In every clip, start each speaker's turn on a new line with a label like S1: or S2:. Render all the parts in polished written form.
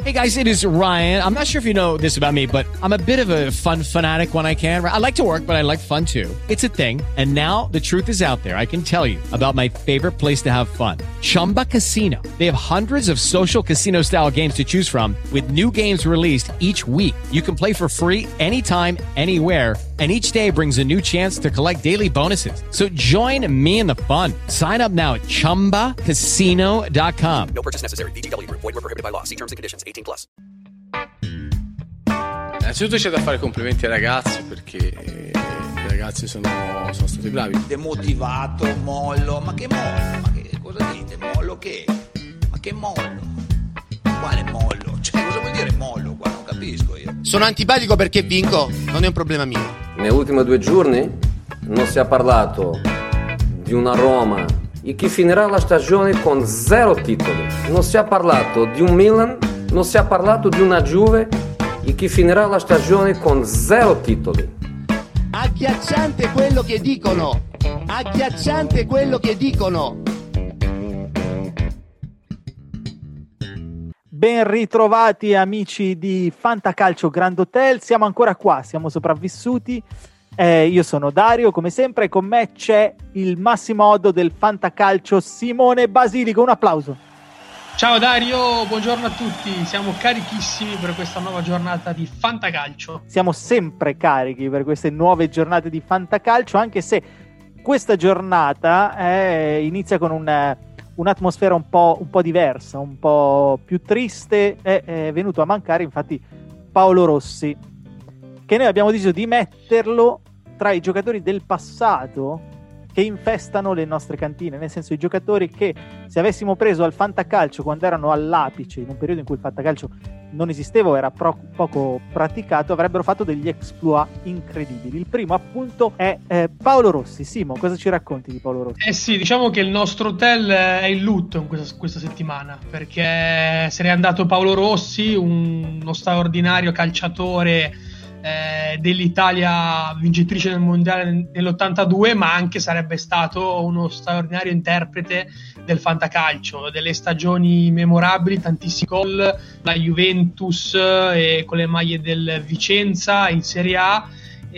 S1: Hey guys, it is Ryan. I'm not sure if you know this about me, but I'm a bit of a fun fanatic when I can. I like to work, but I like fun too. It's a thing. And now the truth is out there. I can tell you about my favorite place to have fun. Chumba Casino. They have hundreds of social casino style games to choose from with new games released each week. You can play for free anytime, anywhere. And each day brings a new chance to collect daily bonuses. So join me in the fun. Sign up now at ChumbaCasino.com.
S2: No purchase necessary. VGW Group. Void where prohibited by law. See terms and conditions. 18+.
S3: Innanzitutto c'è da fare complimenti ai ragazzi perché i ragazzi sono stati bravi.
S4: Demotivato, mollo, ma che mollo? Ma che cosa dite? Mollo che? Ma che mollo? Quale mollo? Cioè, cosa vuol dire mollo qua? Non capisco io.
S5: Sono antipatico perché vinco, non è un problema mio.
S6: Negli ultimi 2 giorni non si è parlato di una Roma che finirà la stagione con 0 titoli. Non si è parlato di un Milan, non si è parlato di una Juve che finirà la stagione con 0 titoli.
S7: Agghiacciante quello che dicono. Agghiacciante quello che dicono.
S8: Ben ritrovati amici di Fantacalcio Grand Hotel, siamo ancora qua, siamo sopravvissuti. Io sono Dario, come sempre, e con me c'è il Massimo Oddo del Fantacalcio, Simone Basilico. Un applauso.
S9: Ciao Dario, buongiorno a tutti, siamo carichissimi per questa nuova giornata di Fantacalcio.
S8: Siamo sempre carichi per queste nuove giornate di Fantacalcio, anche se questa giornata inizia con un'atmosfera un po' diversa, un po' più triste. È venuto a mancare infatti Paolo Rossi, che noi abbiamo deciso di metterlo tra i giocatori del passato che infestano le nostre cantine, nel senso i giocatori che, se avessimo preso al fantacalcio quando erano all'apice, in un periodo in cui il fantacalcio non esisteva o era poco praticato, avrebbero fatto degli exploit incredibili. Il primo appunto è Paolo Rossi. Simo, cosa ci racconti di Paolo Rossi?
S9: Sì, diciamo che il nostro hotel è in lutto in questa settimana, perché se n'è andato Paolo Rossi, uno straordinario calciatore dell'Italia vincitrice del mondiale nell'82, ma anche sarebbe stato uno straordinario interprete del fantacalcio, delle stagioni memorabili, tantissimi gol, la Juventus con le maglie del Vicenza in Serie A.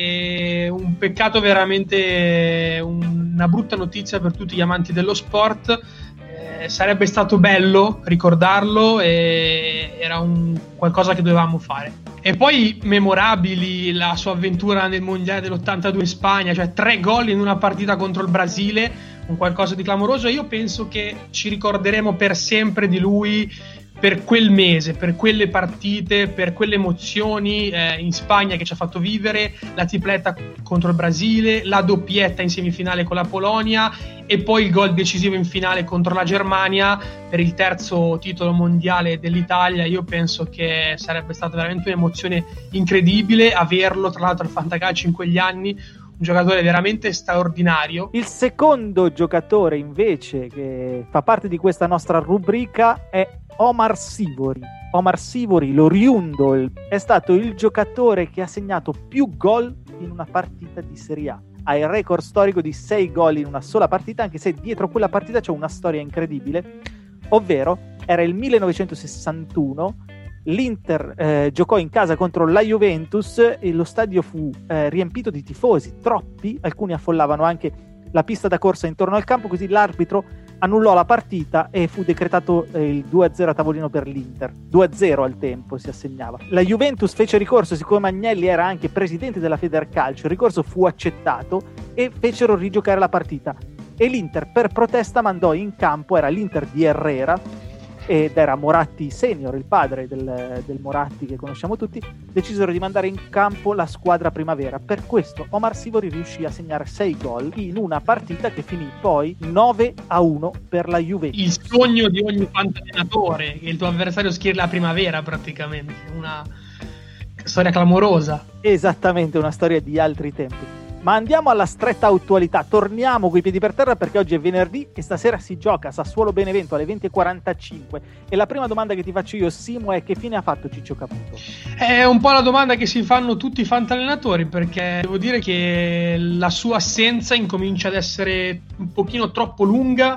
S9: E un peccato, veramente una brutta notizia per tutti gli amanti dello sport. Sarebbe stato bello ricordarlo e era qualcosa che dovevamo fare. E poi memorabili la sua avventura nel mondiale dell'82 in Spagna, cioè 3 gol in una partita contro il Brasile, un qualcosa di clamoroso. Io penso che ci ricorderemo per sempre di lui, per quel mese, per quelle partite, per quelle emozioni in Spagna che ci ha fatto vivere, la tripletta contro il Brasile, la doppietta in semifinale con la Polonia e poi il gol decisivo in finale contro la Germania per il 3° titolo mondiale dell'Italia. Io penso che sarebbe stata veramente un'emozione incredibile averlo, tra l'altro, al fantacalcio in quegli anni. Un giocatore veramente straordinario.
S8: Il secondo giocatore invece che fa parte di questa nostra rubrica è Omar Sivori. Omar Sivori, l'oriundo, è stato il giocatore che ha segnato più gol in una partita di Serie A. Ha il record storico di 6 gol in una sola partita, anche se dietro quella partita c'è una storia incredibile, ovvero era il 1961. L'Inter giocò in casa contro la Juventus e lo stadio fu riempito di tifosi, troppi, alcuni affollavano anche la pista da corsa intorno al campo, così l'arbitro annullò la partita e fu decretato il 2-0 a tavolino per l'Inter. 2-0 al tempo si assegnava. La Juventus fece ricorso, siccome Agnelli era anche presidente della Federcalcio, il ricorso fu accettato e fecero rigiocare la partita. E l'Inter, per protesta, mandò in campo, era l'Inter di Herrera, ed era Moratti senior, il padre del Moratti che conosciamo tutti, decisero di mandare in campo la squadra primavera. Per questo Omar Sivori riuscì a segnare 6 gol in una partita che finì poi 9-1 per la Juventus.
S9: Il sogno di ogni fantallenatore, che il tuo avversario schieri la primavera, praticamente. Una storia clamorosa.
S8: Esattamente, una storia di altri tempi. Ma andiamo alla stretta attualità, torniamo coi piedi per terra perché oggi è venerdì e stasera si gioca Sassuolo-Benevento alle 20:45 e la prima domanda che ti faccio io, Simo, è: che fine ha fatto Ciccio Caputo?
S9: È un po' la domanda che si fanno tutti i fantallenatori, perché devo dire che la sua assenza incomincia ad essere un pochino troppo lunga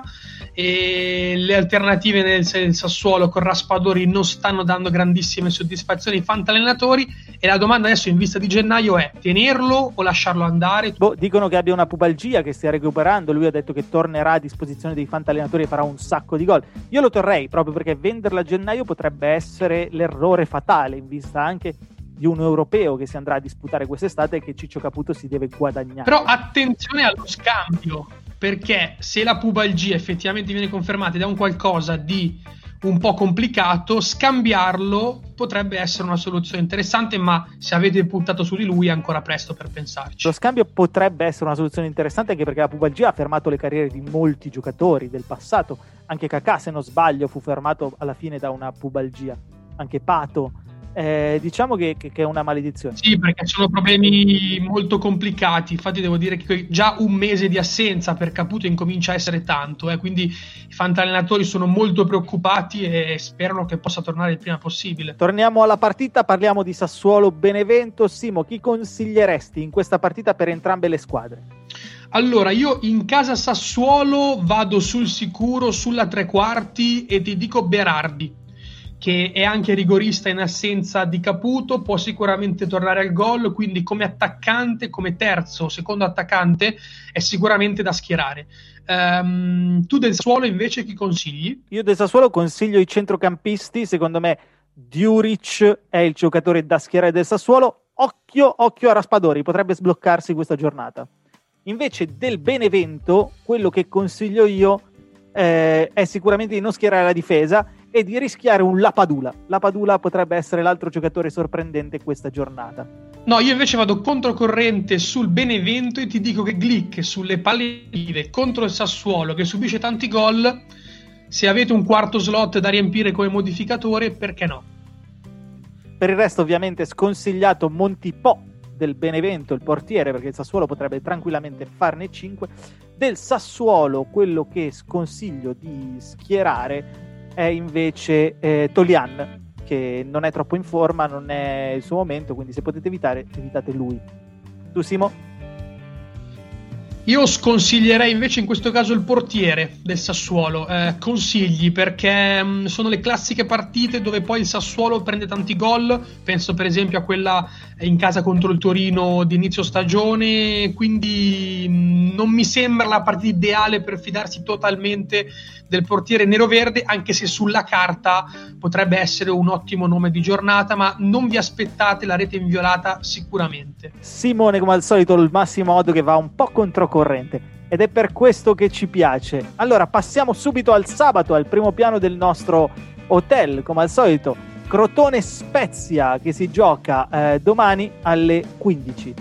S9: e le alternative nel Sassuolo con Raspadori non stanno dando grandissime soddisfazioni ai fantallenatori, e la domanda adesso in vista di gennaio è: tenerlo o lasciarlo andare?
S8: Dicono che abbia una pubalgia, che stia recuperando. Lui ha detto che tornerà a disposizione dei fantallenatori e farà un sacco di gol. Io lo terrei, proprio perché venderlo a gennaio potrebbe essere l'errore fatale, in vista anche di un europeo che si andrà a disputare quest'estate e che Ciccio Caputo si deve guadagnare.
S9: Però attenzione allo scambio, perché se la pubalgia effettivamente viene confermata ed è un qualcosa di un po' complicato, scambiarlo potrebbe essere una soluzione interessante, ma se avete puntato su di lui è ancora presto per pensarci.
S8: Lo scambio potrebbe essere una soluzione interessante, anche perché la pubalgia ha fermato le carriere di molti giocatori del passato. Anche Kakà, se non sbaglio, fu fermato alla fine da una pubalgia. Anche Pato. Diciamo che è una maledizione.
S9: Sì, perché sono problemi molto complicati. Infatti devo dire che già un mese di assenza per Caputo incomincia a essere tanto, quindi i fantallenatori sono molto preoccupati e sperano che possa tornare il prima possibile.
S8: Torniamo alla partita, parliamo di Sassuolo-Benevento. Simo, chi consiglieresti in questa partita per entrambe le squadre?
S9: Allora, io in casa Sassuolo vado sul sicuro sulla tre quarti e ti dico Berardi, che è anche rigorista in assenza di Caputo, può sicuramente tornare al gol, quindi come attaccante, come terzo o secondo attaccante è sicuramente da schierare. Tu del Sassuolo invece chi consigli?
S8: Io del Sassuolo consiglio i centrocampisti. Secondo me Djuric è il giocatore da schierare del Sassuolo. Occhio a Raspadori, potrebbe sbloccarsi questa giornata. Invece del Benevento, quello che consiglio io è sicuramente di non schierare la difesa e di rischiare un Lapadula. Lapadula potrebbe essere l'altro giocatore sorprendente questa giornata.
S9: No, io invece vado controcorrente sul Benevento e ti dico che Glick sulle palle vive contro il Sassuolo, che subisce tanti gol, se avete un quarto slot da riempire come modificatore, perché no?
S8: Per il resto ovviamente sconsigliato Montipò del Benevento, il portiere, perché il Sassuolo potrebbe tranquillamente farne 5. Del Sassuolo quello che sconsiglio di schierare è invece Tolian, che non è troppo in forma, non è il suo momento, quindi se potete evitate lui. Tu, Simo?
S9: Io sconsiglierei invece in questo caso il portiere del Sassuolo. Consigli, perché sono le classiche partite dove poi il Sassuolo prende tanti gol. Penso per esempio a quella in casa contro il Torino di inizio stagione, quindi non mi sembra la partita ideale per fidarsi totalmente del portiere neroverde, anche se sulla carta potrebbe essere un ottimo nome di giornata, ma non vi aspettate la rete inviolata sicuramente.
S8: Simone, come al solito, il Massimo Oddo che va un po' controcorrente, ed è per questo che ci piace. Allora passiamo subito al sabato, al primo piano del nostro hotel, come al solito Crotone Spezia, che si gioca domani alle 15.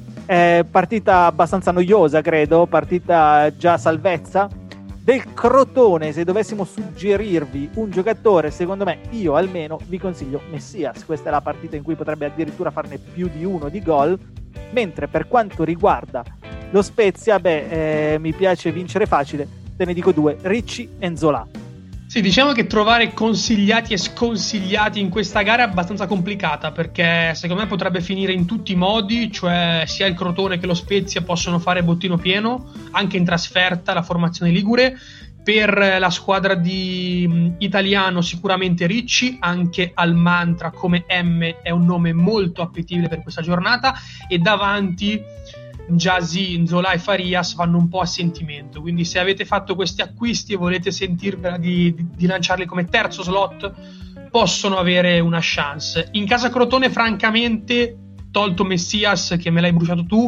S8: Partita abbastanza noiosa, credo, partita già salvezza del Crotone. Se dovessimo suggerirvi un giocatore, secondo me, io almeno vi consiglio Messias. Questa è la partita in cui potrebbe addirittura farne più di uno di gol. Mentre per quanto riguarda lo Spezia, mi piace vincere facile, te ne dico due: Ricci e Nzola.
S9: Sì, diciamo che trovare consigliati e sconsigliati in questa gara è abbastanza complicata, perché secondo me potrebbe finire in tutti i modi, cioè sia il Crotone che lo Spezia possono fare bottino pieno, anche in trasferta, la formazione ligure. Per la squadra di Italiano sicuramente Ricci, anche Almantra come M è un nome molto appetibile per questa giornata, e davanti Giasi, Nzola e Farias vanno un po' a sentimento, quindi se avete fatto questi acquisti e volete sentirvela di lanciarli come terzo slot, possono avere una chance. In casa Crotone francamente, tolto Messias che me l'hai bruciato tu,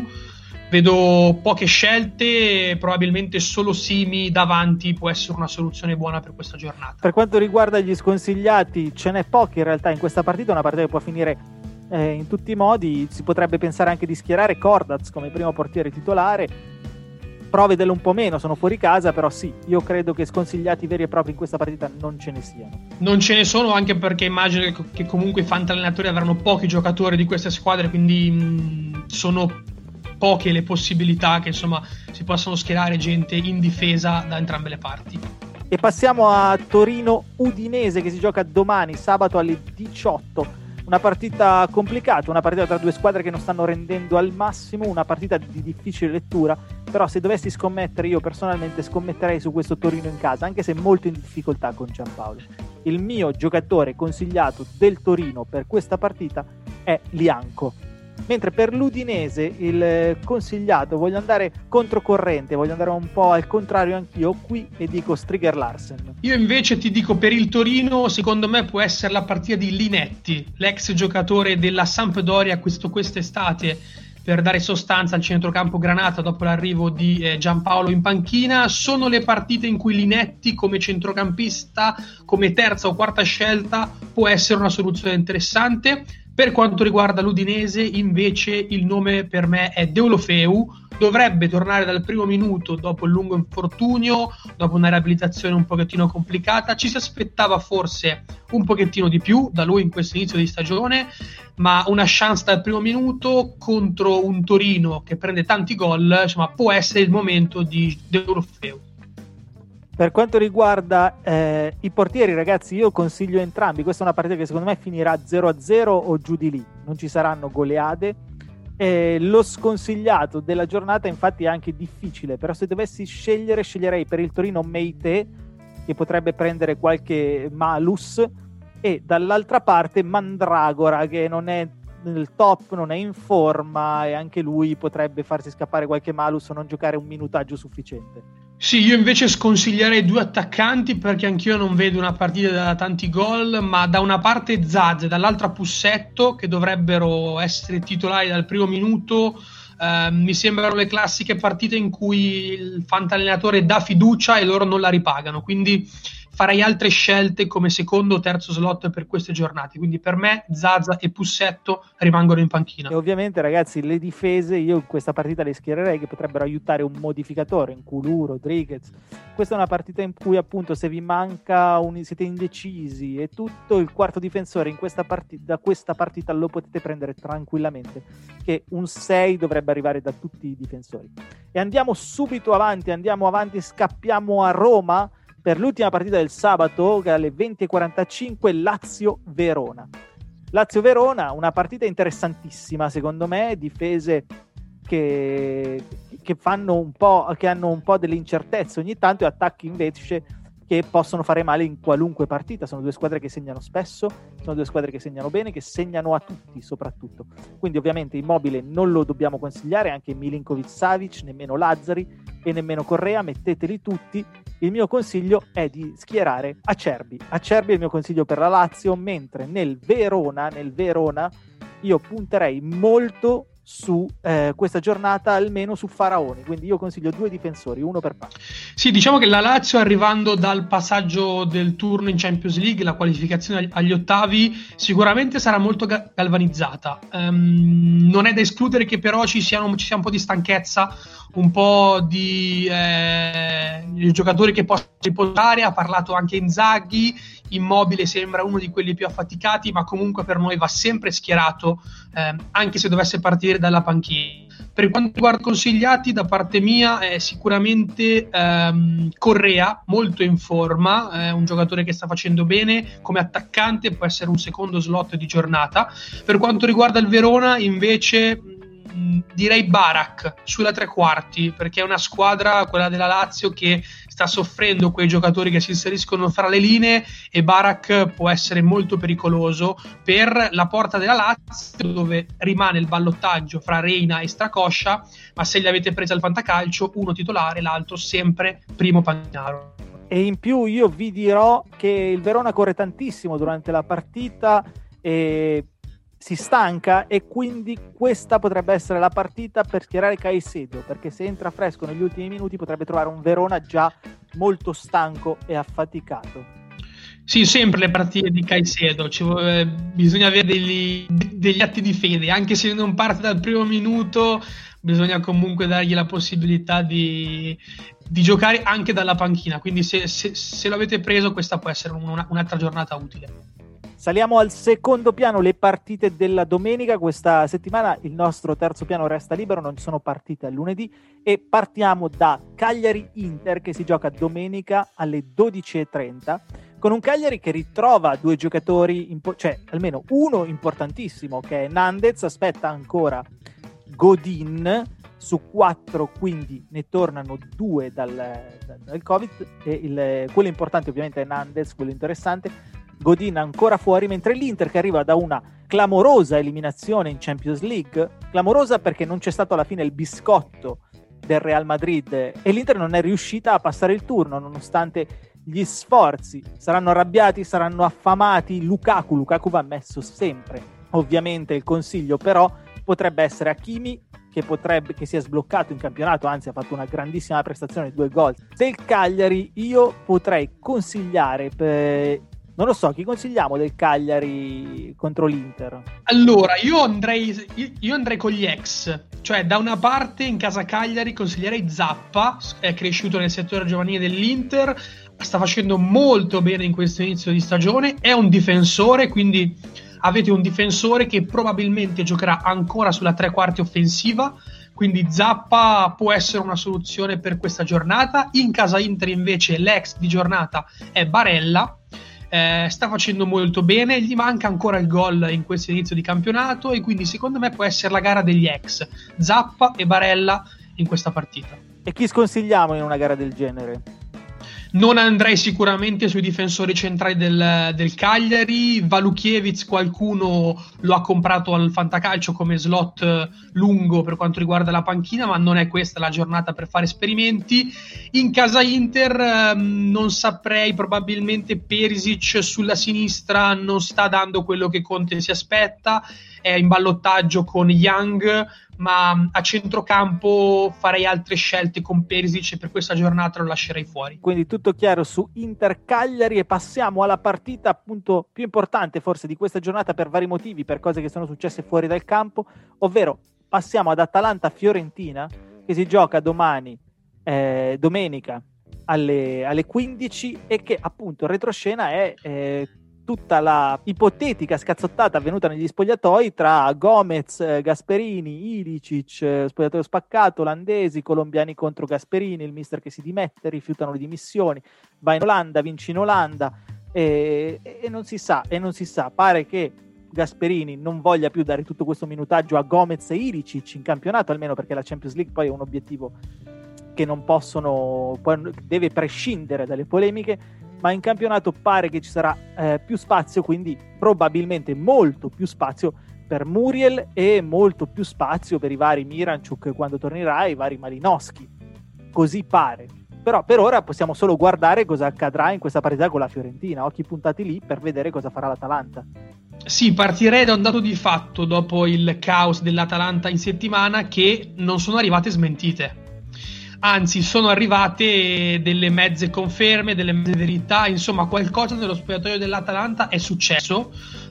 S9: vedo poche scelte, probabilmente solo Simi davanti può essere una soluzione buona per questa giornata.
S8: Per quanto riguarda gli sconsigliati, ce n'è pochi in realtà in questa partita, una partita che può finire in tutti i modi. Si potrebbe pensare anche di schierare Cordaz come primo portiere titolare. Provedelo un po' meno, sono fuori casa, però sì, io credo che sconsigliati veri e propri in questa partita non ce ne siano.
S9: Non ce ne sono, anche perché immagino che comunque i fantallenatori avranno pochi giocatori di queste squadre, quindi sono poche le possibilità che insomma si possano schierare gente in difesa da entrambe le parti.
S8: E passiamo a Torino-Udinese, che si gioca domani sabato alle 18. Una partita complicata, una partita tra due squadre che non stanno rendendo al massimo, una partita di difficile lettura, però se dovessi scommettere, io personalmente scommetterei su questo Torino in casa, anche se molto in difficoltà con Giampaolo. Il mio giocatore consigliato del Torino per questa partita è Lianco, mentre per l'Udinese il consigliato, voglio andare controcorrente, voglio andare un po' al contrario anch'io qui e dico Striger Larsen.
S9: Io invece ti dico, per il Torino secondo me può essere la partita di Linetti, l'ex giocatore della Sampdoria acquistato quest'estate per dare sostanza al centrocampo granata dopo l'arrivo di Giampaolo in panchina. Sono le partite in cui Linetti come centrocampista, come terza o quarta scelta, può essere una soluzione interessante. Per quanto riguarda l'Udinese, invece, il nome per me è Deulofeu. Dovrebbe tornare dal primo minuto dopo il lungo infortunio, dopo una riabilitazione un pochettino complicata. Ci si aspettava forse un pochettino di più da lui in questo inizio di stagione, ma una chance dal primo minuto contro un Torino che prende tanti gol, insomma, può essere il momento di Deulofeu.
S8: Per quanto riguarda i portieri, ragazzi, io consiglio entrambi. Questa è una partita che secondo me finirà 0-0 o giù di lì, non ci saranno goleade. Lo sconsigliato della giornata infatti è anche difficile, però se dovessi scegliere, sceglierei per il Torino Meite, che potrebbe prendere qualche malus, e dall'altra parte Mandragora, che non è nel top, non è in forma, e anche lui potrebbe farsi scappare qualche malus o non giocare un minutaggio sufficiente.
S9: Sì, io invece sconsiglierei due attaccanti, perché anch'io non vedo una partita da tanti gol, ma da una parte Zaz e dall'altra Pussetto, che dovrebbero essere titolari dal primo minuto. Mi sembrano le classiche partite in cui il fantallenatore dà fiducia e loro non la ripagano, quindi farei altre scelte come secondo o terzo slot per queste giornate. Quindi per me Zaza e Pussetto rimangono in panchina.
S8: E ovviamente, ragazzi, le difese io in questa partita le schiererei, che potrebbero aiutare un modificatore in Kulu, Rodriguez. Questa è una partita in cui appunto se vi manca siete indecisi e tutto, il quarto difensore in questa da questa partita lo potete prendere tranquillamente, che un 6 dovrebbe arrivare da tutti i difensori. E andiamo subito avanti, scappiamo a Roma per l'ultima partita del sabato, che alle 20:45, Lazio-Verona. Lazio-Verona, una partita interessantissima secondo me, difese che fanno che hanno un po' delle incertezze ogni tanto, e attacchi invece che possono fare male in qualunque partita. Sono due squadre che segnano spesso, sono due squadre che segnano bene, che segnano a tutti soprattutto. Quindi ovviamente Immobile non lo dobbiamo consigliare, anche Milinkovic-Savic, nemmeno Lazzari e nemmeno Correa, metteteli tutti. Il mio consiglio è di schierare Acerbi. Acerbi è il mio consiglio per la Lazio, mentre nel Verona io punterei molto su questa giornata, almeno su Faraoni, quindi io consiglio due difensori, uno per parte.
S9: Sì, diciamo che la Lazio, arrivando dal passaggio del turno in Champions League, la qualificazione agli ottavi, sicuramente sarà molto galvanizzata. Non è da escludere che però ci sia un po' di stanchezza, un po' di giocatori che possono riposare. Ha parlato anche Inzaghi. Immobile sembra uno di quelli più affaticati, ma comunque per noi va sempre schierato, anche se dovesse partire dalla panchina. Per quanto riguarda consigliati, da parte mia è sicuramente Correa, molto in forma, un giocatore che sta facendo bene come attaccante, può essere un secondo slot di giornata. Per quanto riguarda il Verona invece direi Barak sulla tre quarti, perché è una squadra, quella della Lazio, che sta soffrendo quei giocatori che si inseriscono fra le linee, e Barak può essere molto pericoloso per la porta della Lazio, dove rimane il ballottaggio fra Reina e Stracoscia, ma se li avete presi al fantacalcio, uno titolare, l'altro sempre primo Pagnaro.
S8: E in più io vi dirò che il Verona corre tantissimo durante la partita e si stanca, e quindi questa potrebbe essere la partita per schierare Caicedo, perché se entra fresco negli ultimi minuti potrebbe trovare un Verona già molto stanco e affaticato.
S9: Sì, sempre le partite di Caicedo, bisogna avere degli atti di fede, anche se non parte dal primo minuto, bisogna comunque dargli la possibilità di giocare anche dalla panchina, quindi se lo avete preso, questa può essere un'altra giornata utile.
S8: Saliamo al secondo piano, le partite della domenica. Questa settimana il nostro terzo piano resta libero, non ci sono partite al lunedì, e partiamo da Cagliari-Inter, che si gioca domenica alle 12:30. con un Cagliari che ritrova due giocatori, cioè almeno uno importantissimo, che è Nandez, aspetta ancora Godin, su 4 quindi ne tornano 2 dal Covid, e quello importante ovviamente è Nandez, quello interessante. Godin ancora fuori, mentre l'Inter, che arriva da una clamorosa eliminazione in Champions League, clamorosa perché non c'è stato alla fine il biscotto del Real Madrid e l'Inter non è riuscita a passare il turno nonostante gli sforzi. Saranno arrabbiati, saranno affamati. Lukaku va messo sempre, ovviamente. Il consiglio però potrebbe essere Hakimi, che si è sbloccato in campionato, anzi ha fatto una grandissima prestazione, 2 gol del Cagliari. Io potrei consigliare non lo so, chi consigliamo del Cagliari contro l'Inter?
S9: Allora, io andrei con gli ex, cioè da una parte in casa Cagliari consiglierei Zappa, è cresciuto nel settore giovanile dell'Inter, sta facendo molto bene in questo inizio di stagione, è un difensore, quindi avete un difensore che probabilmente giocherà ancora sulla 3/4 offensiva, quindi Zappa può essere una soluzione per questa giornata. In casa Inter invece l'ex di giornata è Barella, sta facendo molto bene, gli manca ancora il gol in questo inizio di campionato e quindi secondo me può essere la gara degli ex, Zappa e Barella in questa partita.
S8: E chi sconsigliamo in una gara del genere?
S9: Non andrei sicuramente sui difensori centrali del Cagliari. Valukiewicz qualcuno lo ha comprato al Fantacalcio come slot lungo per quanto riguarda la panchina, ma non è questa la giornata per fare esperimenti. In casa Inter non saprei, probabilmente Perisic sulla sinistra non sta dando quello che Conte si aspetta, è in ballottaggio con Young, ma a centrocampo farei altre scelte con Perisic e per questa giornata lo lascerei fuori.
S8: Quindi tutto chiaro su Inter Cagliari, e passiamo alla partita appunto più importante forse di questa giornata per vari motivi, per cose che sono successe fuori dal campo, ovvero passiamo ad Atalanta Fiorentina, che si gioca domani, domenica alle 15, e che appunto in retroscena è tutta la ipotetica scazzottata avvenuta negli spogliatoi tra Gomez, Gasperini, Ilicic, spogliatoio spaccato, olandesi, colombiani contro Gasperini, il mister che si dimette, rifiutano le dimissioni, va in Olanda, vince in Olanda e non si sa, pare che Gasperini non voglia più dare tutto questo minutaggio a Gomez e Ilicic in campionato, almeno perché la Champions League poi è un obiettivo che non deve prescindere dalle polemiche, ma in campionato pare che ci sarà più spazio, quindi probabilmente molto più spazio per Muriel e molto più spazio per i vari Miranchuk quando tornerà e i vari Malinowski, così pare. Però per ora possiamo solo guardare cosa accadrà in questa partita con la Fiorentina, occhi puntati lì per vedere cosa farà l'Atalanta.
S9: Sì, partirei da un dato di fatto dopo il caos dell'Atalanta in settimana, che non sono arrivate smentite. Anzi, sono arrivate delle mezze conferme, delle mezze verità, insomma qualcosa nello spogliatoio dell'Atalanta è successo,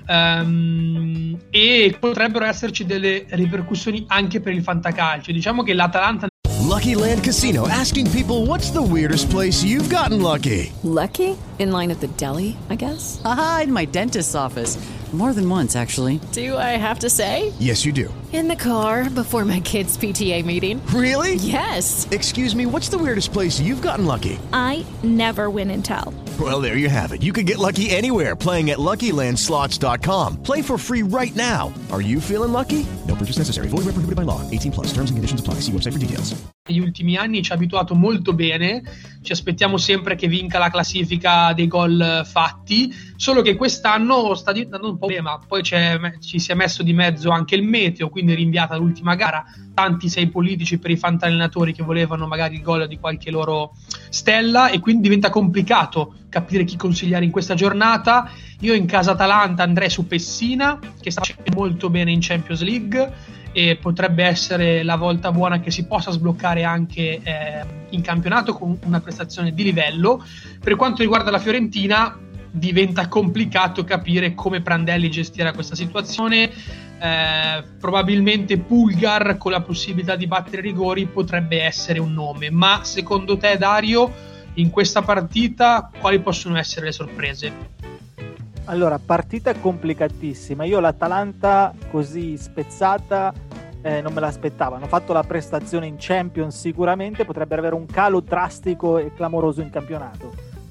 S9: e potrebbero esserci delle ripercussioni anche per il fantacalcio. Diciamo che l'Atalanta...
S10: Lucky Land Casino, asking people, what's the weirdest place you've gotten lucky?
S11: Lucky? In line at the deli, I guess?
S12: Aha, in my dentist's office. More than once, actually.
S11: Do I have to say?
S10: Yes, you do.
S11: In the car before my kids' PTA meeting.
S10: Really?
S11: Yes.
S10: Excuse me, what's the weirdest place you've gotten lucky?
S13: I never win and tell.
S10: Well, there you have it. You can get lucky anywhere, playing at LuckyLandSlots.com. Play for free right now. Are you feeling lucky? No purchase necessary. Void where prohibited by law. 18+. Terms and conditions apply. See website for details.
S9: Negli ultimi anni ci ha abituato molto bene, ci aspettiamo sempre che vinca la classifica dei gol fatti, solo che quest'anno sta diventando un problema. Poi ci si è messo di mezzo anche il meteo, quindi è rinviata l'ultima gara, tanti sei politici per i fantallenatori che volevano magari il gol di qualche loro stella, e quindi diventa complicato capire chi consigliare in questa giornata. Io in casa Atalanta andrei su Pessina, che sta facendo molto bene in Champions League e potrebbe essere la volta buona che si possa sbloccare anche in campionato con una prestazione di livello. Per quanto riguarda la Fiorentina, diventa complicato capire come Prandelli gestirà questa situazione. Probabilmente Pulgar, con la possibilità di battere i rigori, potrebbe essere un nome. Ma secondo te, Dario, in questa partita quali possono essere le sorprese?
S8: Allora, partita complicatissima. Io l'Atalanta così spezzata non me l'aspettavo. Hanno fatto la prestazione in Champions, sicuramente potrebbero avere un calo drastico e clamoroso in campionato.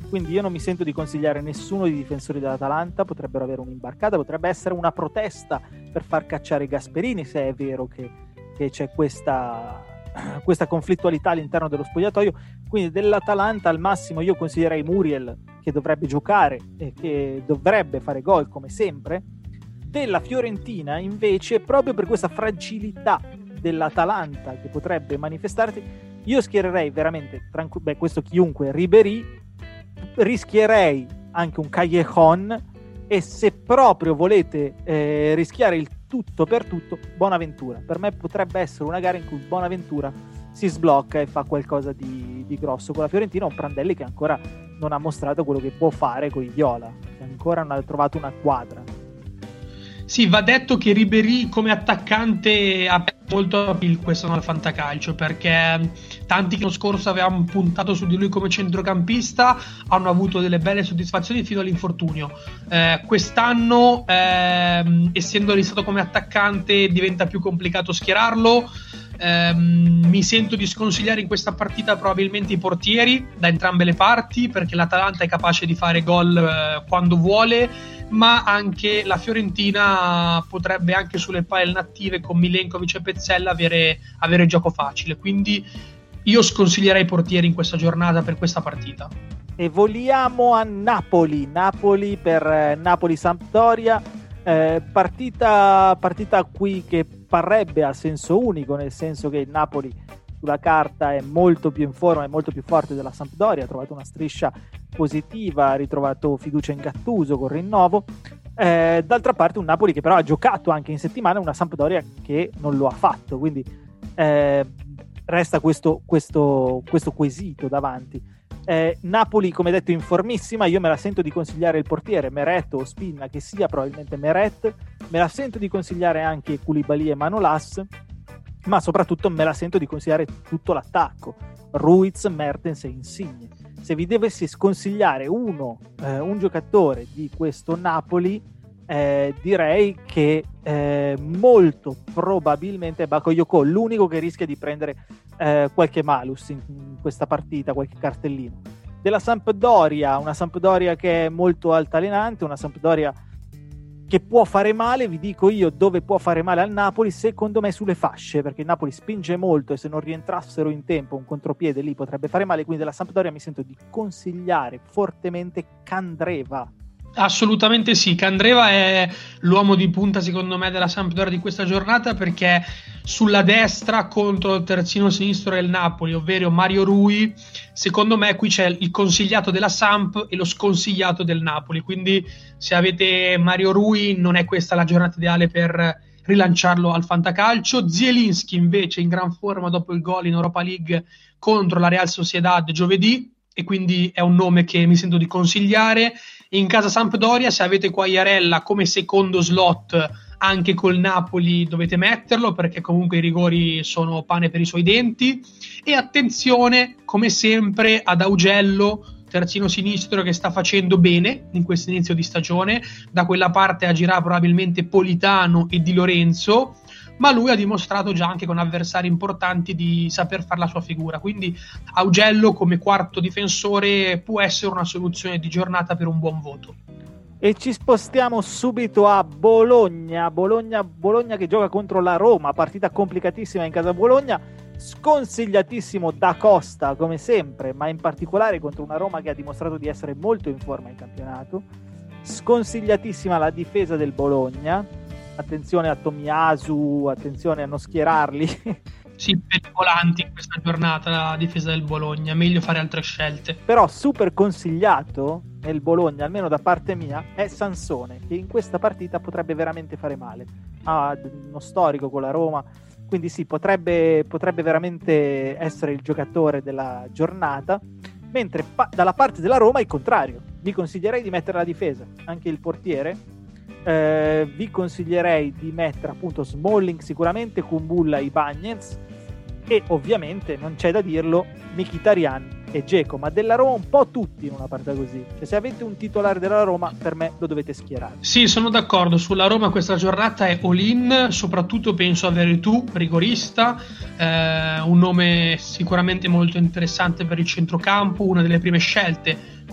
S8: quindi io non mi sento di consigliare nessuno dei difensori dell'Atalanta. Potrebbero avere un'imbarcata, potrebbe essere una protesta per far cacciare Gasperini, se è vero che c'è questa conflittualità all'interno dello spogliatoio. Quindi dell'Atalanta al massimo io consiglierei Muriel, che dovrebbe giocare e che dovrebbe fare gol come sempre. Della Fiorentina invece, proprio per questa fragilità dell'Atalanta che potrebbe manifestarsi, io schiererei veramente questo chiunque, Ribéry, rischierei anche un Callejon, e se proprio volete rischiare il tutto per tutto, Bonaventura. Per me potrebbe essere una gara in cui Bonaventura si sblocca e fa qualcosa di grosso con la Fiorentina. Un Prandelli che ancora non ha mostrato quello che può fare con i viola, che ancora non ha trovato una quadra.
S9: Sì, va detto che Ribéry come attaccante ha molto appeal quest'anno al fantacalcio, perché tanti che l'anno scorso avevamo puntato su di lui come centrocampista hanno avuto delle belle soddisfazioni fino all'infortunio. Quest'anno, essendo listato come attaccante, diventa più complicato schierarlo. Mi sento di sconsigliare in questa partita probabilmente i portieri da entrambe le parti, perché l'Atalanta è capace di fare gol quando vuole, ma anche la Fiorentina potrebbe anche sulle palle native con Milenkovic e Pezzella avere gioco facile, quindi io sconsiglierei i portieri in questa giornata per questa partita.
S8: E voliamo a Napoli per Napoli-Sampdoria, partita qui che parrebbe a senso unico, nel senso che il Napoli sulla carta è molto più in forma, è molto più forte della Sampdoria, ha trovato una striscia positiva, ha ritrovato fiducia in Gattuso con rinnovo. D'altra parte un Napoli che però ha giocato anche in settimana, una Sampdoria che non lo ha fatto, quindi resta questo quesito davanti. Napoli, come detto, in formissima. Io me la sento di consigliare il portiere Meret o Spinna, che sia probabilmente Meret. Me la sento di consigliare anche Koulibaly e Manolas, ma soprattutto me la sento di consigliare tutto l'attacco, Ruiz, Mertens e Insigne. Se vi dovessi sconsigliare un giocatore di questo Napoli, direi che molto probabilmente Bakayoko, l'unico che rischia di prendere qualche malus in questa partita, qualche cartellino. Della Sampdoria, una Sampdoria che è molto altalenante, una Sampdoria che può fare male. Vi dico io dove può fare male al Napoli, secondo me sulle fasce, perché il Napoli spinge molto e se non rientrassero in tempo un contropiede lì potrebbe fare male. Quindi della Sampdoria mi sento di consigliare fortemente Candreva.
S9: Assolutamente sì, Candreva è l'uomo di punta secondo me della Sampdoria di questa giornata, perché sulla destra contro il terzino sinistro del Napoli, ovvero Mario Rui, secondo me qui c'è il consigliato della Samp e lo sconsigliato del Napoli, quindi se avete Mario Rui non è questa la giornata ideale per rilanciarlo al fantacalcio. Zielinski invece in gran forma dopo il gol in Europa League contro la Real Sociedad giovedì, e quindi è un nome che mi sento di consigliare. In casa Sampdoria, se avete Quagliarella come secondo slot anche col Napoli dovete metterlo, perché comunque i rigori sono pane per i suoi denti. E attenzione come sempre ad Augello, terzino sinistro, che sta facendo bene in questo inizio di stagione. Da quella parte agirà probabilmente Politano e Di Lorenzo, ma lui ha dimostrato già anche con avversari importanti di saper fare la sua figura, quindi Augello come quarto difensore può essere una soluzione di giornata per un buon voto.
S8: E ci spostiamo subito a Bologna che gioca contro la Roma, partita complicatissima in casa Bologna, sconsigliatissimo Da Costa come sempre, ma in particolare contro una Roma che ha dimostrato di essere molto in forma in campionato. Sconsigliatissima la difesa del Bologna, attenzione a Tomiyasu, attenzione a non schierarli.
S9: Sì, pericolanti in questa giornata la difesa del Bologna, meglio fare altre scelte.
S8: Però super consigliato nel Bologna, almeno da parte mia, è Sansone, che in questa partita potrebbe veramente fare male. Ha uno storico con la Roma, quindi sì, potrebbe veramente essere il giocatore della giornata. Mentre dalla parte della Roma il contrario, vi consiglierei di mettere la difesa, anche il portiere. Vi consiglierei di mettere appunto Smalling sicuramente, Kumbulla, Ibañez e ovviamente, non c'è da dirlo, Mkhitaryan e Dzeko, ma della Roma un po' tutti in una partita così. Cioè, se avete un titolare della Roma, per me lo dovete schierare.
S9: Sì, sono d'accordo, sulla Roma questa giornata è all-in, soprattutto penso a Veretout, rigorista, un nome sicuramente molto interessante per il centrocampo, una delle prime scelte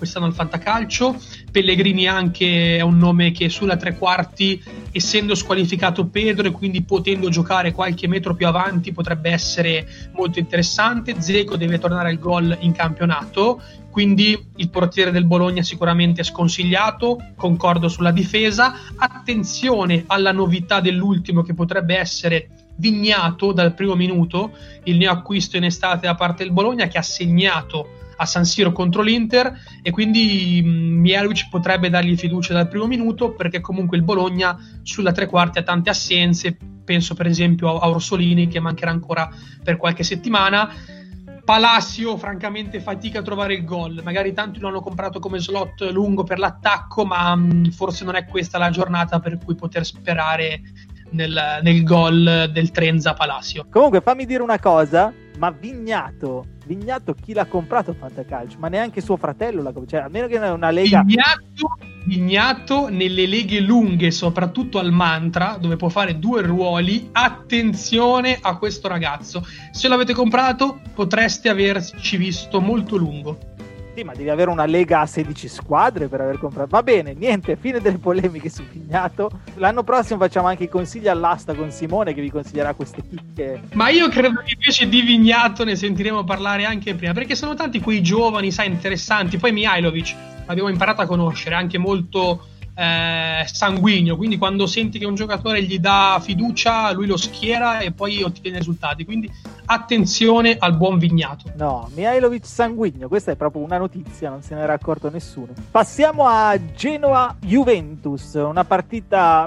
S9: quest'anno al fantacalcio. Pellegrini anche è un nome che sulla tre quarti, essendo squalificato Pedro e quindi potendo giocare qualche metro più avanti, potrebbe essere molto interessante. Dzeko deve tornare al gol in campionato, quindi il portiere del Bologna sicuramente è sconsigliato. Concordo sulla difesa. Attenzione alla novità dell'ultimo, che potrebbe essere Vignato dal primo minuto, il neoacquisto in estate da parte del Bologna, che ha segnato a San Siro contro l'Inter, e quindi Mihajlovic potrebbe dargli fiducia dal primo minuto, perché comunque il Bologna sulla tre quarti ha tante assenze. Penso per esempio a Orsolini, che mancherà ancora per qualche settimana. Palacio francamente fatica a trovare il gol, magari tanti lo hanno comprato come slot lungo per l'attacco, ma forse non è questa la giornata per cui poter sperare nel gol del Trenza Palacio.
S8: Comunque fammi dire una cosa, ma Vignato chi l'ha comprato fantacalcio? Ma neanche suo fratello l'ha comprato, cioè almeno che non è una lega.
S9: Vignato nelle leghe lunghe, soprattutto al Mantra, dove può fare 2 ruoli. Attenzione a questo ragazzo, se l'avete comprato potreste averci visto molto lungo.
S8: Sì, ma devi avere una lega a 16 squadre per aver comprato. Va bene, niente, fine delle polemiche su Vignato. L'anno prossimo facciamo anche i consigli all'asta con Simone, che vi consiglierà queste chicche.
S9: Ma io credo che invece di Vignato ne sentiremo parlare anche prima, perché sono tanti quei giovani, sai, interessanti. Poi Mihajlovic abbiamo imparato a conoscere, anche molto sanguigno, quindi quando senti che un giocatore gli dà fiducia, lui lo schiera e poi ottiene risultati. Quindi attenzione al buon Vignato.
S8: No, Mihajlovic sanguigno, questa è proprio una notizia, non se ne era accorto nessuno. Passiamo a Genoa-Juventus, una partita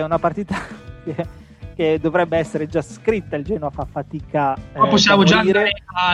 S8: che dovrebbe essere già scritta. Il Genoa fa fatica.
S9: Ma possiamo già andare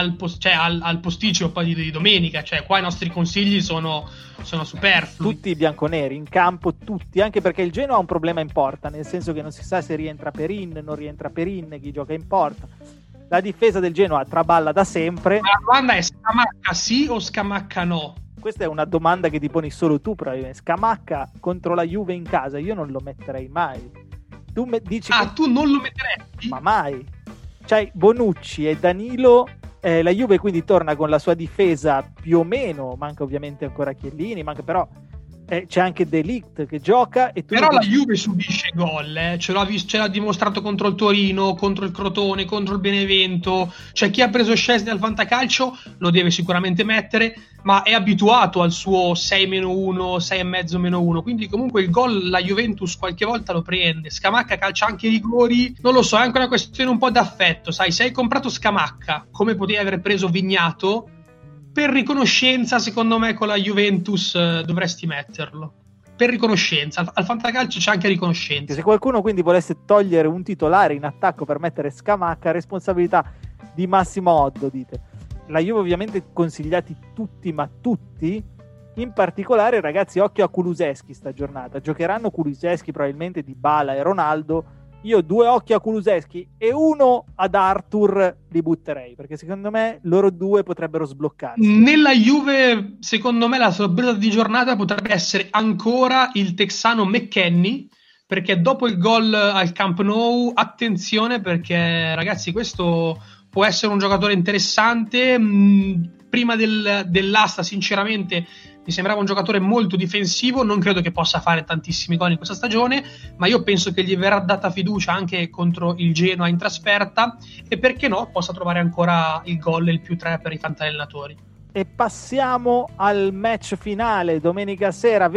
S9: al posticcio poi di domenica, cioè qua i nostri consigli sono superflui.
S8: Tutti i bianconeri in campo, tutti, anche perché il Genoa ha un problema in porta, nel senso che non si sa se rientra Perin, non rientra Perin, chi gioca in porta. La difesa del Genoa traballa da sempre.
S9: Ma la domanda è: Scamacca sì o Scamacca no?
S8: Questa è una domanda che ti poni solo tu, probabilmente. Scamacca contro la Juve in casa io non lo metterei mai. Tu dici
S9: tu non lo metteresti?
S8: Ma mai. C'hai Bonucci e Danilo, la Juve quindi torna con la sua difesa più o meno, manca ovviamente ancora Chiellini, manca c'è anche De Ligt che gioca. E tu
S9: però la Juve subisce gol, ce l'ha dimostrato contro il Torino, contro il Crotone, contro il Benevento. Cioè chi ha preso Szczesny al fantacalcio lo deve sicuramente mettere, ma è abituato al suo 6-1, 6,5-1, quindi comunque il gol la Juventus qualche volta lo prende. Scamacca calcia anche i rigori, non lo so, è anche una questione un po' d'affetto, sai, se hai comprato Scamacca come potevi aver preso Vignato, per riconoscenza secondo me con la Juventus dovresti metterlo, per riconoscenza. Al fantacalcio c'è anche riconoscenza.
S8: Se qualcuno quindi volesse togliere un titolare in attacco per mettere Scamacca, responsabilità di Massimo Oddo, dite. La Juve ovviamente consigliati tutti, ma tutti, in particolare ragazzi, occhio a Kulusevski sta giornata. Giocheranno Kulusevski, probabilmente Dybala e Ronaldo. Io 2 occhi a Kulusevski e 1 ad Arthur li butterei, perché secondo me loro 2 potrebbero sbloccarsi.
S9: Nella Juve secondo me la sorpresa di giornata potrebbe essere ancora il texano McKennie, perché dopo il gol al Camp Nou, attenzione, perché ragazzi questo può essere un giocatore interessante. Prima dell'asta sinceramente mi sembrava un giocatore molto difensivo, non credo che possa fare tantissimi gol in questa stagione, ma io penso che gli verrà data fiducia anche contro il Genoa in trasferta, e perché no, possa trovare ancora il gol, il +3 per i fantallenatori.
S8: E passiamo al match finale, domenica sera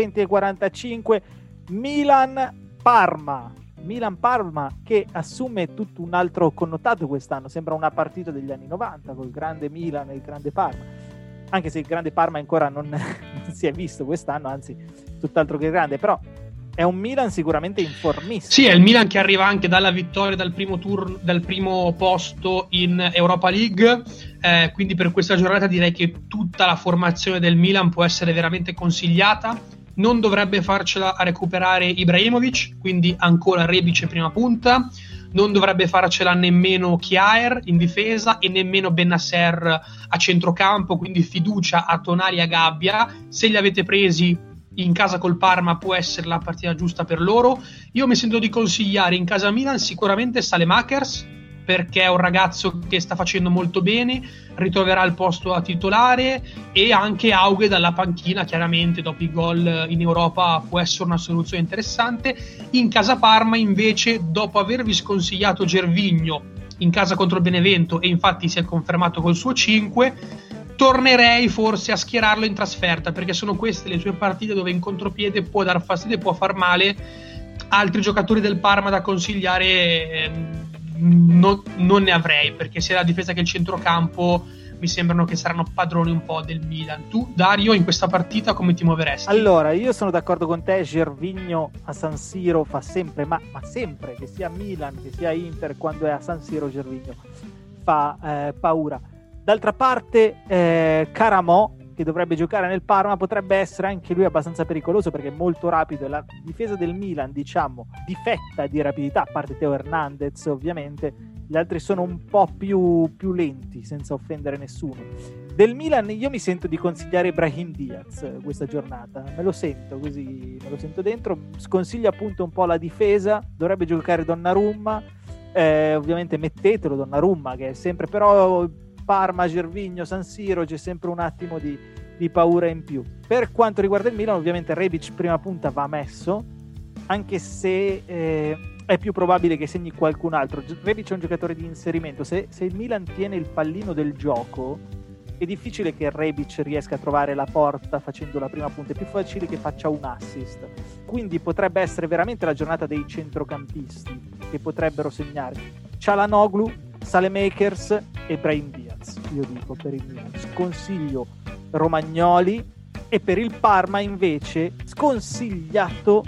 S8: 20:45, Milan-Parma che assume tutto un altro connotato quest'anno, sembra una partita degli anni 90 col grande Milan e il grande Parma, anche se il grande Parma ancora non si è visto quest'anno, anzi tutt'altro che grande, però è un Milan sicuramente informissimo.
S9: Sì, è il Milan che arriva anche dalla vittoria dal primo posto in Europa League, quindi per questa giornata direi che tutta la formazione del Milan può essere veramente consigliata. Non dovrebbe farcela a recuperare Ibrahimovic, quindi ancora Rebic prima punta. Non dovrebbe farcela nemmeno Kjaer in difesa e nemmeno Bennacer a centrocampo, quindi fiducia a Tonali e a Gabbia. Se li avete presi in casa col Parma può essere la partita giusta per loro. Io mi sento di consigliare in casa Milan sicuramente Saelemaekers, perché è un ragazzo che sta facendo molto bene, ritroverà il posto a titolare, e anche Aughe dalla panchina, chiaramente dopo i gol in Europa può essere una soluzione interessante. In casa Parma invece, dopo avervi sconsigliato Gervinho in casa contro il Benevento, e infatti si è confermato col suo 5, tornerei forse a schierarlo in trasferta, perché sono queste le sue partite dove in contropiede può dar fastidio e può far male. Altri giocatori del Parma da consigliare non ne avrei, perché sia la difesa che il centrocampo mi sembrano che saranno padroni un po' del Milan. Tu, Dario, in questa partita come ti muoveresti?
S8: Allora, io sono d'accordo con te, Gervinho a San Siro fa sempre, ma sempre, che sia Milan, che sia Inter, quando è a San Siro Gervinho fa paura. D'altra parte Caramò, che dovrebbe giocare nel Parma, potrebbe essere anche lui abbastanza pericoloso, perché è molto rapido, e la difesa del Milan, diciamo, difetta di rapidità, a parte Teo Hernandez ovviamente. Gli altri sono un po' più lenti, senza offendere nessuno. Del Milan io mi sento di consigliare Brahim Diaz questa giornata, me lo sento così, me lo sento dentro. Sconsiglio appunto un po' la difesa, dovrebbe giocare Donnarumma, ovviamente mettetelo Donnarumma, che è sempre, però Parma, Gervinho, San Siro c'è sempre un attimo di paura in più. Per quanto riguarda il Milan, ovviamente Rebic prima punta va messo, anche se è più probabile che segni qualcun altro. Rebic è un giocatore di inserimento, se il Milan tiene il pallino del gioco è difficile che Rebic riesca a trovare la porta facendo la prima punta, è più facile che faccia un assist, quindi potrebbe essere veramente la giornata dei centrocampisti che potrebbero segnare. Çalhanoğlu, Saelemaekers e Brahim Diaz, io dico per il Milan. Sconsiglio Romagnoli, e per il Parma invece sconsigliato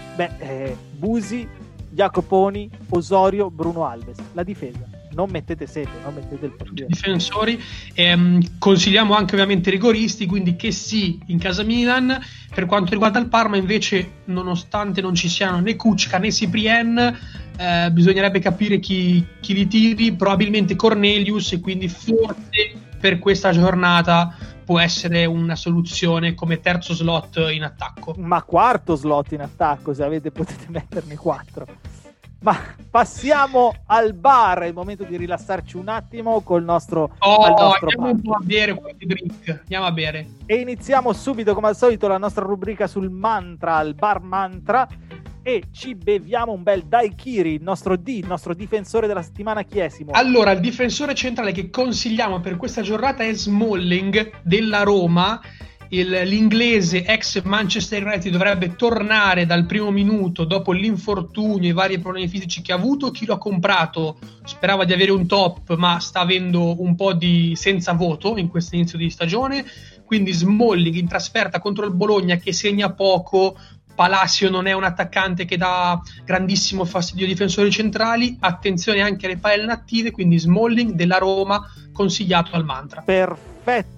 S8: Busi, Jacoponi, Osorio, Bruno Alves. La difesa, non mettete Sete, non mettete il portiere.
S9: Difensori, consigliamo anche ovviamente rigoristi, quindi che sì in casa Milan. Per quanto riguarda il Parma invece, nonostante non ci siano né Kučka né Cyprien, bisognerebbe capire chi li tiri, probabilmente Cornelius, e quindi forse per questa giornata può essere una soluzione come terzo slot in attacco.
S8: Ma quarto slot in attacco, se avete potete metterne 4. Ma passiamo al bar, è il momento di rilassarci un attimo col nostro
S9: andiamo un po' a bere qualche drink, andiamo a bere.
S8: E iniziamo subito come al solito la nostra rubrica sul mantra, il bar mantra, e ci beviamo un bel daiquiri. Il nostro difensore della settimana chi è, Simone?
S9: Allora, il difensore centrale che consigliamo per questa giornata è Smalling della Roma. L'inglese ex Manchester United dovrebbe tornare dal primo minuto dopo l'infortunio e i vari problemi fisici che ha avuto. Chi lo ha comprato sperava di avere un top, ma sta avendo un po' di senza voto in questo inizio di stagione, quindi Smalling in trasferta contro il Bologna, che segna poco. Palacio non è un attaccante che dà grandissimo fastidio ai difensori centrali. Attenzione anche alle palle inattive, quindi Smalling della Roma consigliato al mantra.
S8: Perfetto,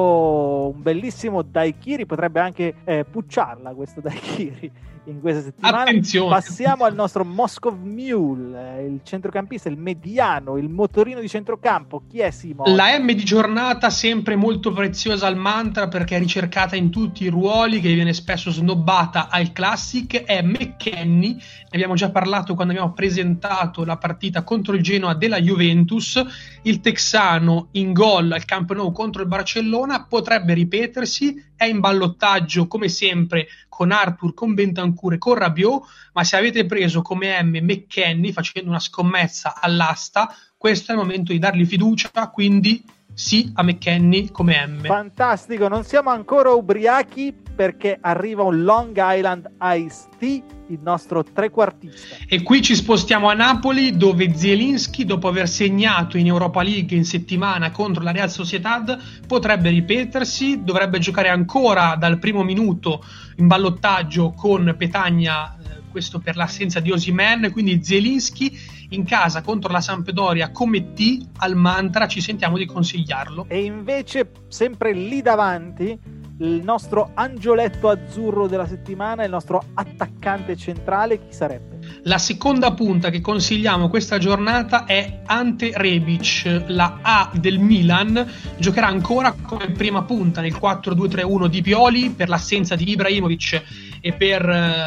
S8: un bellissimo daiquiri, potrebbe anche pucciarla questo daiquiri in questa settimana.
S9: Attenzione.
S8: Passiamo al nostro Moscow Mule, il centrocampista, il mediano, il motorino di centrocampo. Chi è, Simone?
S9: La M di giornata sempre molto preziosa al mantra, perché è ricercata in tutti i ruoli, che viene spesso snobbata al Classic, è McKennie. Ne abbiamo già parlato quando abbiamo presentato la partita contro il Genoa della Juventus. Il texano in gol al Camp Nou contro il Barcellona potrebbe ripetersi, è in ballottaggio come sempre con Arthur, con Bentancur e con Rabiot, ma se avete preso come M McKennie facendo una scommessa all'asta, questo è il momento di dargli fiducia, quindi sì a McKennie come M.
S8: Fantastico, non siamo ancora ubriachi perché arriva un Long Island Iced Tea, il nostro trequartista.
S9: E qui ci spostiamo a Napoli, dove Zielinski, dopo aver segnato in Europa League in settimana contro la Real Sociedad, potrebbe ripetersi, dovrebbe giocare ancora dal primo minuto in ballottaggio con Petagna, questo per l'assenza di Osimhen, quindi Zielinski in casa contro la Sampdoria come T al mantra, ci sentiamo di consigliarlo.
S8: E invece sempre lì davanti il nostro angioletto azzurro della settimana, il nostro attaccante centrale, chi sarebbe?
S9: La seconda punta che consigliamo questa giornata è Ante Rebic, la A del Milan. Giocherà ancora come prima punta nel 4-2-3-1 di Pioli per l'assenza di Ibrahimovic e per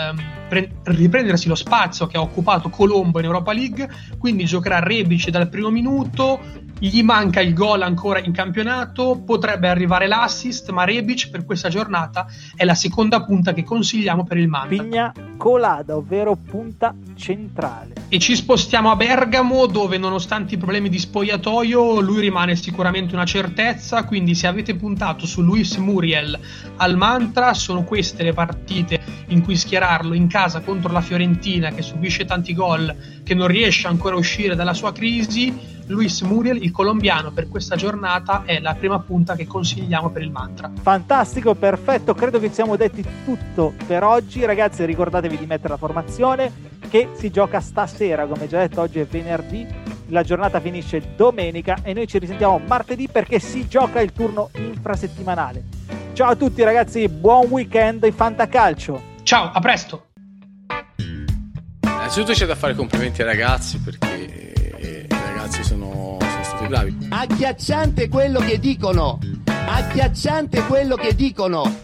S9: riprendersi lo spazio che ha occupato Colombo in Europa League, quindi giocherà Rebic dal primo minuto. Gli manca il gol ancora in campionato, potrebbe arrivare l'assist, ma Rebic per questa giornata è la seconda punta che consigliamo per il Manta.
S8: Pigna Colada, ovvero punta centrale.
S9: E ci spostiamo a Bergamo, dove nonostante i problemi di spogliatoio lui rimane sicuramente una certezza, quindi se avete puntato su Luis Muriel al Mantra, sono queste le partite in cui schierarlo in casa contro la Fiorentina, che subisce tanti gol, che non riesce ancora a uscire dalla sua crisi. Luis Muriel, il colombiano, per questa giornata è la prima punta che consigliamo per il Mantra.
S8: Fantastico, perfetto, credo che ci siamo detti tutto per oggi. Ragazzi, ricordatevi di mettere la formazione, che si gioca stasera, come già detto oggi è venerdì, la giornata finisce domenica e noi ci risentiamo martedì perché si gioca il turno infrasettimanale. Ciao a tutti ragazzi, buon weekend di Fantacalcio.
S9: Ciao, a presto.
S3: Innanzitutto c'è da fare complimenti ai ragazzi, perché sono stati bravi.
S7: Agghiacciante quello che dicono. Agghiacciante quello che dicono.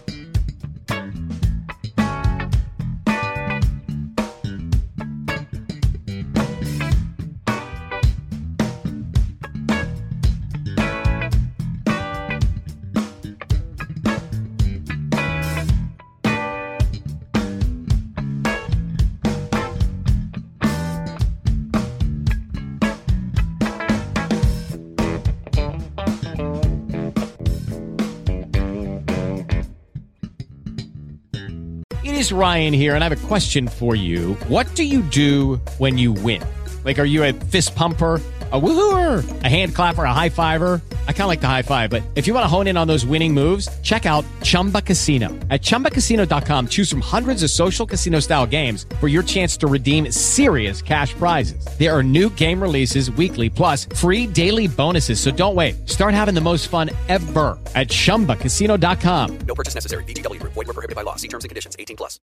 S1: It is Ryan here, and I have a question for you. What do you do when you win? Like, are you a fist pumper, a woohooer, a hand clapper, a high fiver? I kind of like the high five, but if you want to hone in on those winning moves, check out Chumba Casino. At ChumbaCasino.com, choose from hundreds of social casino-style games for your chance to redeem serious cash prizes. There are new game releases weekly, plus free daily bonuses, so don't wait. Start having the most fun ever at ChumbaCasino.com.
S2: No purchase necessary. VGW Group. Void where prohibited by law. See terms and conditions. 18+.